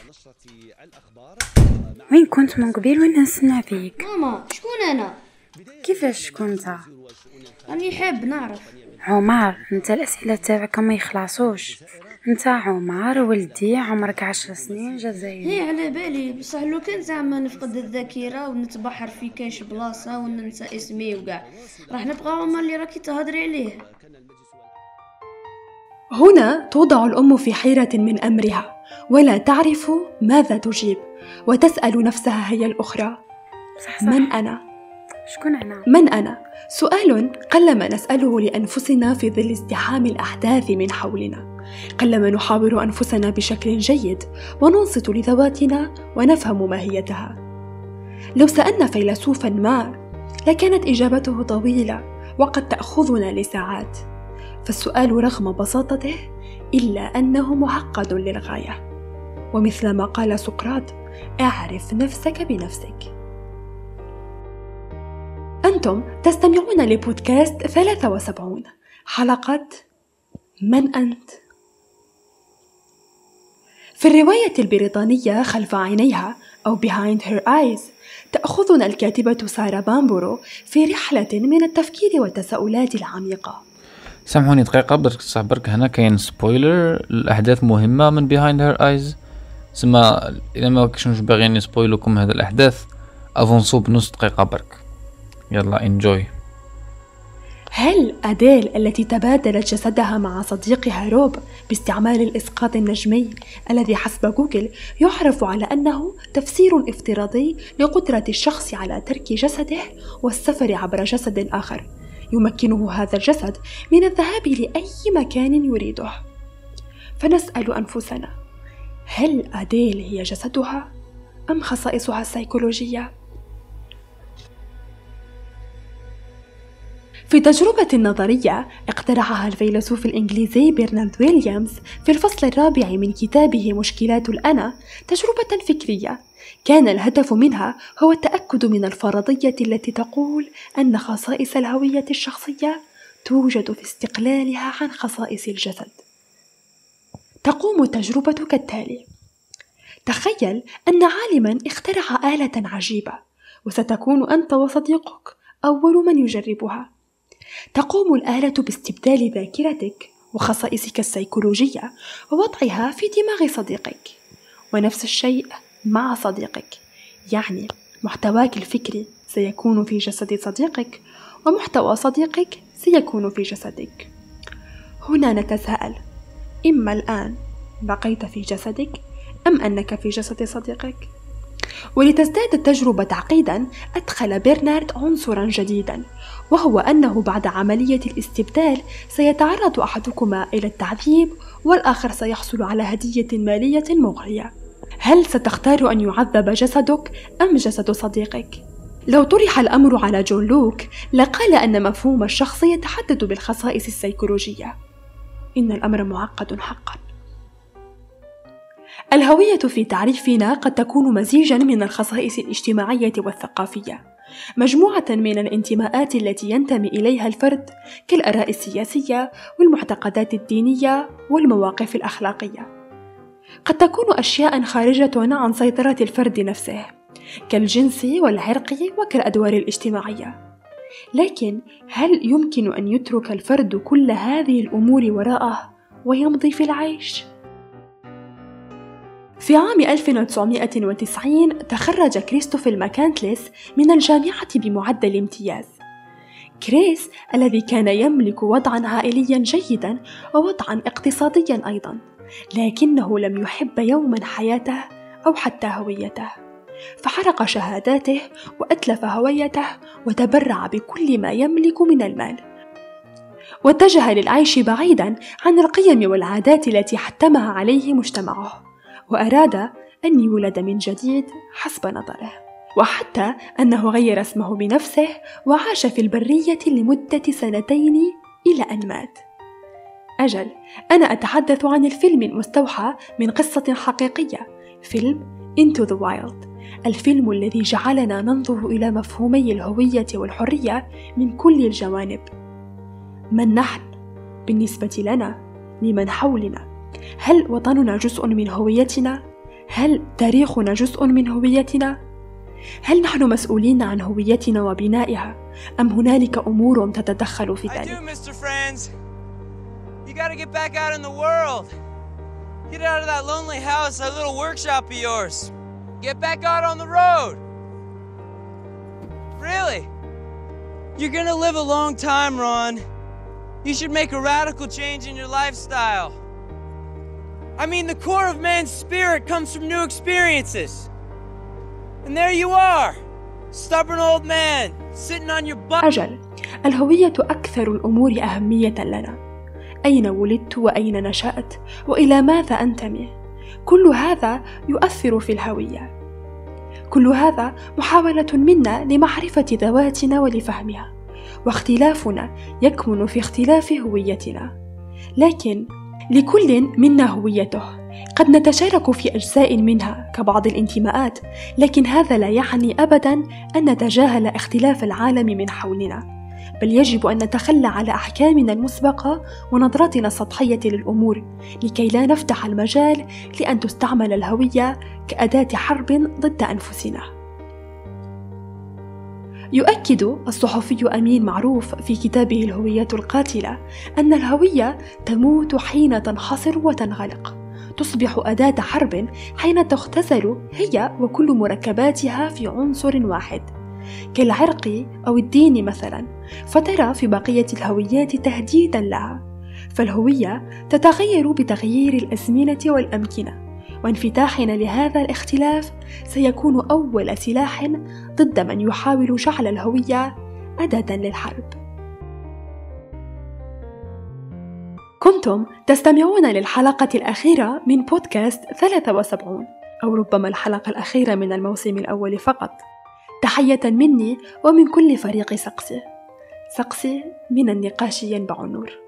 وين كنت من قبيل وانا نسمع فيك؟ ماما شكون انا؟ كيفاش كنت؟ راني حاب نعرف. عمر، انت الاسئله تاعك ما يخلصوش. انت عمر ولدي، عمرك 10 سنين، جزائري. هي على بالي، بصح لو كان زعما نفقد الذاكره ونتبحر في كاش بلاصه وننسى اسمي وكاع، راح نبقى عمر اللي راكي تهضري عليه. هنا توضع الأم في حيرة من أمرها، ولا تعرف ماذا تجيب، وتسأل نفسها هي الأخرى: صح. من أنا؟ شكون أنا؟ من أنا؟ سؤال قلما نسأله لأنفسنا في ظل ازدحام الأحداث من حولنا. قلما نحاور أنفسنا بشكل جيد وننصت لذواتنا ونفهم ماهيتها. لو سألنا فيلسوفا ما لكانت إجابته طويلة وقد تأخذنا لساعات، فالسؤال رغم بساطته إلا أنه معقد للغاية. ومثل ما قال سقراط: اعرف نفسك بنفسك. أنتم تستمعون لبودكاست 73، حلقة من أنت؟ في الرواية البريطانية خلف عينيها أو Behind Her Eyes تأخذنا الكاتبة سارة بامبورو في رحلة من التفكير والتساؤلات العميقة. سامحوني دقيقة برك هنا كاين سبويلر الأحداث مهمة من Behind Her Eyes، سما إذا ما كنتش باغيين نسبويلكم هذا الأحداث أفونسو بنص دقيقة برك. يلا انجوي. هل أديل التي تبادلت جسدها مع صديقها روب باستعمال الإسقاط النجمي الذي حسب جوجل يعرف على أنه تفسير افتراضي لقدرة الشخص على ترك جسده والسفر عبر جسد آخر يمكنه هذا الجسد من الذهاب لأي مكان يريده؟ فنسأل أنفسنا: هل أديل هي جسدها أم خصائصها السيكولوجية؟ في تجربة نظرية اقترحها الفيلسوف الإنجليزي برنارد ويليامز في الفصل الرابع من كتابه مشكلات الأنا، تجربة فكرية كان الهدف منها هو التأكد من الفرضية التي تقول أن خصائص الهوية الشخصية توجد في استقلالها عن خصائص الجسد. تقوم التجربة كالتالي: تخيل أن عالماً اخترع آلة عجيبة، وستكون أنت وصديقك أول من يجربها. تقوم الآلة باستبدال ذاكرتك وخصائصك السيكولوجية ووضعها في دماغ صديقك، ونفس الشيء مع صديقك، يعني محتواك الفكري سيكون في جسد صديقك ومحتوى صديقك سيكون في جسدك. هنا نتساءل: إما الآن بقيت في جسدك أم أنك في جسد صديقك؟ ولتزداد التجربة تعقيدا أدخل برنارد عنصرا جديدا، وهو أنه بعد عملية الاستبدال سيتعرض أحدكما إلى التعذيب والآخر سيحصل على هدية مالية مغرية. هل ستختار أن يعذب جسدك أم جسد صديقك؟ لو طرح الأمر على جون لوك لقال أن مفهوم الشخص يتحدد بالخصائص السيكولوجية. إن الأمر معقد حقا. الهوية في تعريفنا قد تكون مزيجا من الخصائص الاجتماعية والثقافية، مجموعة من الانتماءات التي ينتمي إليها الفرد كالآراء السياسية والمعتقدات الدينية والمواقف الأخلاقية. قد تكون أشياء خارجة عن سيطرة الفرد نفسه كالجنس والعرق وكالأدوار الاجتماعية، لكن هل يمكن أن يترك الفرد كل هذه الأمور وراءه ويمضي في العيش؟ في عام 1990 تخرج كريستوفر ماكانتلس من الجامعة بمعدل امتياز. كريس الذي كان يملك وضعا عائليا جيدا ووضعا اقتصاديا أيضا، لكنه لم يحب يوما حياته أو حتى هويته، فحرق شهاداته وأتلف هويته وتبرع بكل ما يملك من المال، واتجه للعيش بعيدا عن القيم والعادات التي حتمها عليه مجتمعه، وأراد أن يولد من جديد حسب نظره، وحتى أنه غير اسمه بنفسه وعاش في البرية لمدة 2 إلى أن مات. أجل، أنا أتحدث عن الفيلم المستوحى من قصة حقيقية، فيلم Into the Wild، الفيلم الذي جعلنا ننظر إلى مفهومي الهوية والحرية من كل الجوانب. من نحن بالنسبة لنا؟ لمن حولنا؟ هل وطننا جزء من هويتنا؟ هل تاريخنا جزء من هويتنا؟ هل نحن مسؤولين عن هويتنا وبنائها أم هنالك أمور تتدخل في ذلك؟ You gotta get back out in the world. Get out of that lonely house, that little workshop of yours. Get back out on the road. Really? You're gonna live a long time, Ron. You should make a radical change in your lifestyle. I mean, the core of man's spirit comes from new experiences. And there you are, stubborn old man, sitting on your butt. أجل، الهوية أكثر الأمور أهمية لنا. أين ولدت وأين نشأت وإلى ماذا أنتمي؟ كل هذا يؤثر في الهوية. كل هذا محاولة منا لمعرفة ذواتنا ولفهمها، واختلافنا يكمن في اختلاف هويتنا. لكن لكل منا هويته، قد نتشارك في أجزاء منها كبعض الانتماءات، لكن هذا لا يعني أبداً أن نتجاهل اختلاف العالم من حولنا، بل يجب أن نتخلى على أحكامنا المسبقة ونظرتنا السطحية للأمور لكي لا نفتح المجال لأن تستعمل الهوية كأداة حرب ضد أنفسنا. يؤكد الصحفي أمين معروف في كتابه الهوية القاتلة أن الهوية تموت حين تنحصر وتنغلق، تصبح أداة حرب حين تختزل هي وكل مركباتها في عنصر واحد كالعرق أو الدين مثلا، فترى في بقية الهويات تهديدا لها. فالهوية تتغير بتغيير الأزمنة والأمكنة، وانفتاحنا لهذا الاختلاف سيكون أول سلاح ضد من يحاول جعل الهوية أداة للحرب. كنتم تستمعون للحلقة الأخيرة من بودكاست 73، أو ربما الحلقة الأخيرة من الموسم الأول فقط. تحية مني ومن كل فريق سقسي من النقاش ينبع النور.